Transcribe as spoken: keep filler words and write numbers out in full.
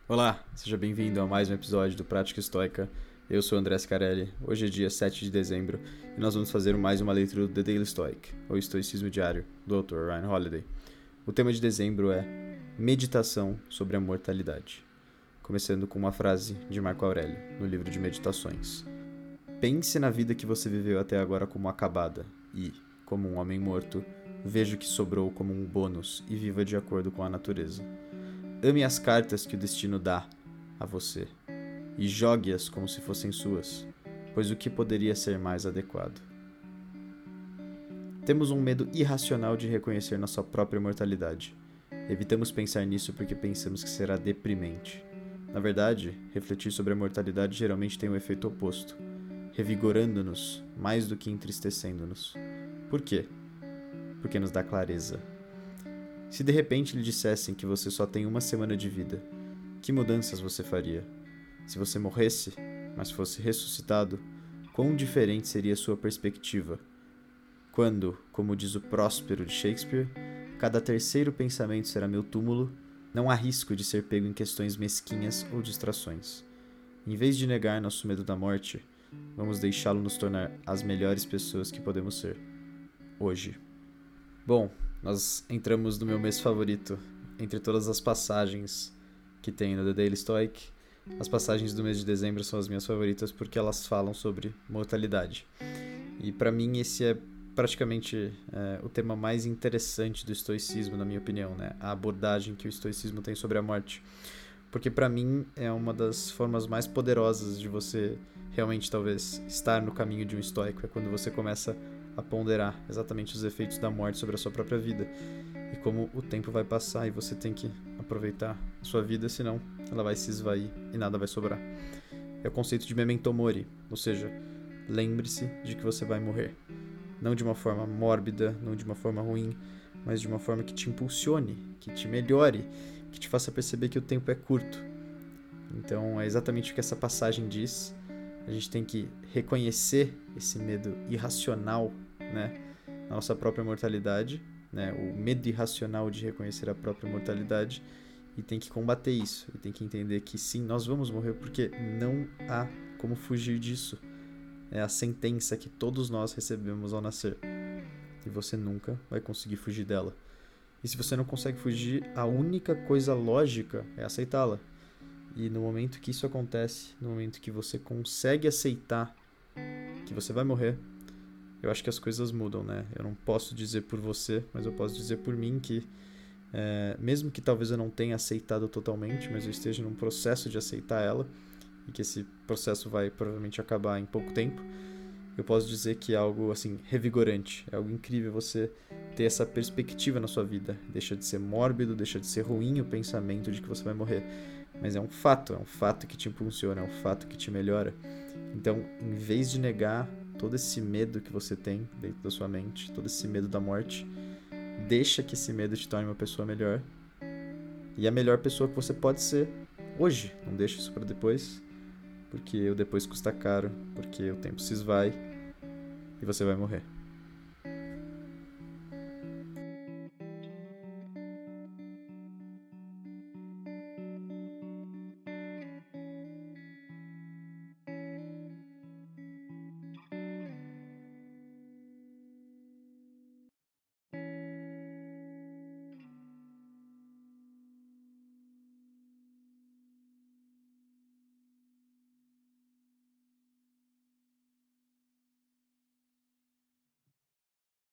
Olá, seja bem-vindo a mais um episódio do Prática Estoica. Eu sou o André Scarelli. Hoje é dia sete de dezembro e nós vamos fazer mais uma leitura do The Daily Stoic, ou Estoicismo Diário, do autor Ryan Holiday. O tema de dezembro é Meditação sobre a Mortalidade, começando com uma frase de Marco Aurélio, no livro de Meditações. Pense na vida que você viveu até agora como acabada e, como um homem morto, veja o que sobrou como um bônus e viva de acordo com a natureza. Ame as cartas que o destino dá a você e jogue-as como se fossem suas, pois o que poderia ser mais adequado? Temos um medo irracional de reconhecer nossa própria mortalidade. Evitamos pensar nisso porque pensamos que será deprimente. Na verdade, refletir sobre a mortalidade geralmente tem o efeito oposto, revigorando-nos mais do que entristecendo-nos. Por quê? Porque nos dá clareza. Se de repente lhe dissessem que você só tem uma semana de vida, que mudanças você faria? Se você morresse, mas fosse ressuscitado, quão diferente seria sua perspectiva? Quando, como diz o Próspero de Shakespeare, cada terceiro pensamento será meu túmulo, não há risco de ser pego em questões mesquinhas ou distrações. Em vez de negar nosso medo da morte, vamos deixá-lo nos tornar as melhores pessoas que podemos ser. Hoje. Bom, nós entramos no meu mês favorito. Entre todas as passagens que tem no The Daily Stoic, as passagens do mês de dezembro são as minhas favoritas porque elas falam sobre mortalidade. E para mim esse é praticamente é, o tema mais interessante do estoicismo, na minha opinião, né? A abordagem que o estoicismo tem sobre a morte. Porque para mim é uma das formas mais poderosas de você realmente talvez estar no caminho de um estoico, é quando você começa a ponderar exatamente os efeitos da morte sobre a sua própria vida e como o tempo vai passar e você tem que aproveitar a sua vida, senão ela vai se esvair e nada vai sobrar. É o conceito de memento mori, ou seja, lembre-se de que você vai morrer. Não de uma forma mórbida, não de uma forma ruim, mas de uma forma que te impulsione, que te melhore, que te faça perceber que o tempo é curto. Então é exatamente o que essa passagem diz. A gente tem que reconhecer esse medo irracional, né, na nossa própria mortalidade, né, o medo irracional de reconhecer a própria mortalidade, e tem que combater isso, e tem que entender que sim, nós vamos morrer porque não há como fugir disso. É a sentença que todos nós recebemos ao nascer, e você nunca vai conseguir fugir dela. E se você não consegue fugir, a única coisa lógica é aceitá-la. E no momento que isso acontece, no momento que você consegue aceitar que você vai morrer, eu acho que as coisas mudam, né? Eu não posso dizer por você, mas eu posso dizer por mim que, é, mesmo que talvez eu não tenha aceitado totalmente, mas eu esteja num processo de aceitar ela, e que esse processo vai provavelmente acabar em pouco tempo, eu posso dizer que é algo assim revigorante, é algo incrível você ter essa perspectiva na sua vida. Deixa de ser mórbido, deixa de ser ruim o pensamento de que você vai morrer, mas é um fato, é um fato que te impulsiona, é um fato que te melhora. Então, em vez de negar todo esse medo que você tem dentro da sua mente, todo esse medo da morte, deixa que esse medo te torne uma pessoa melhor, e a melhor pessoa que você pode ser hoje. Não deixa isso para depois, porque o depois custa caro, porque o tempo se esvai e você vai morrer.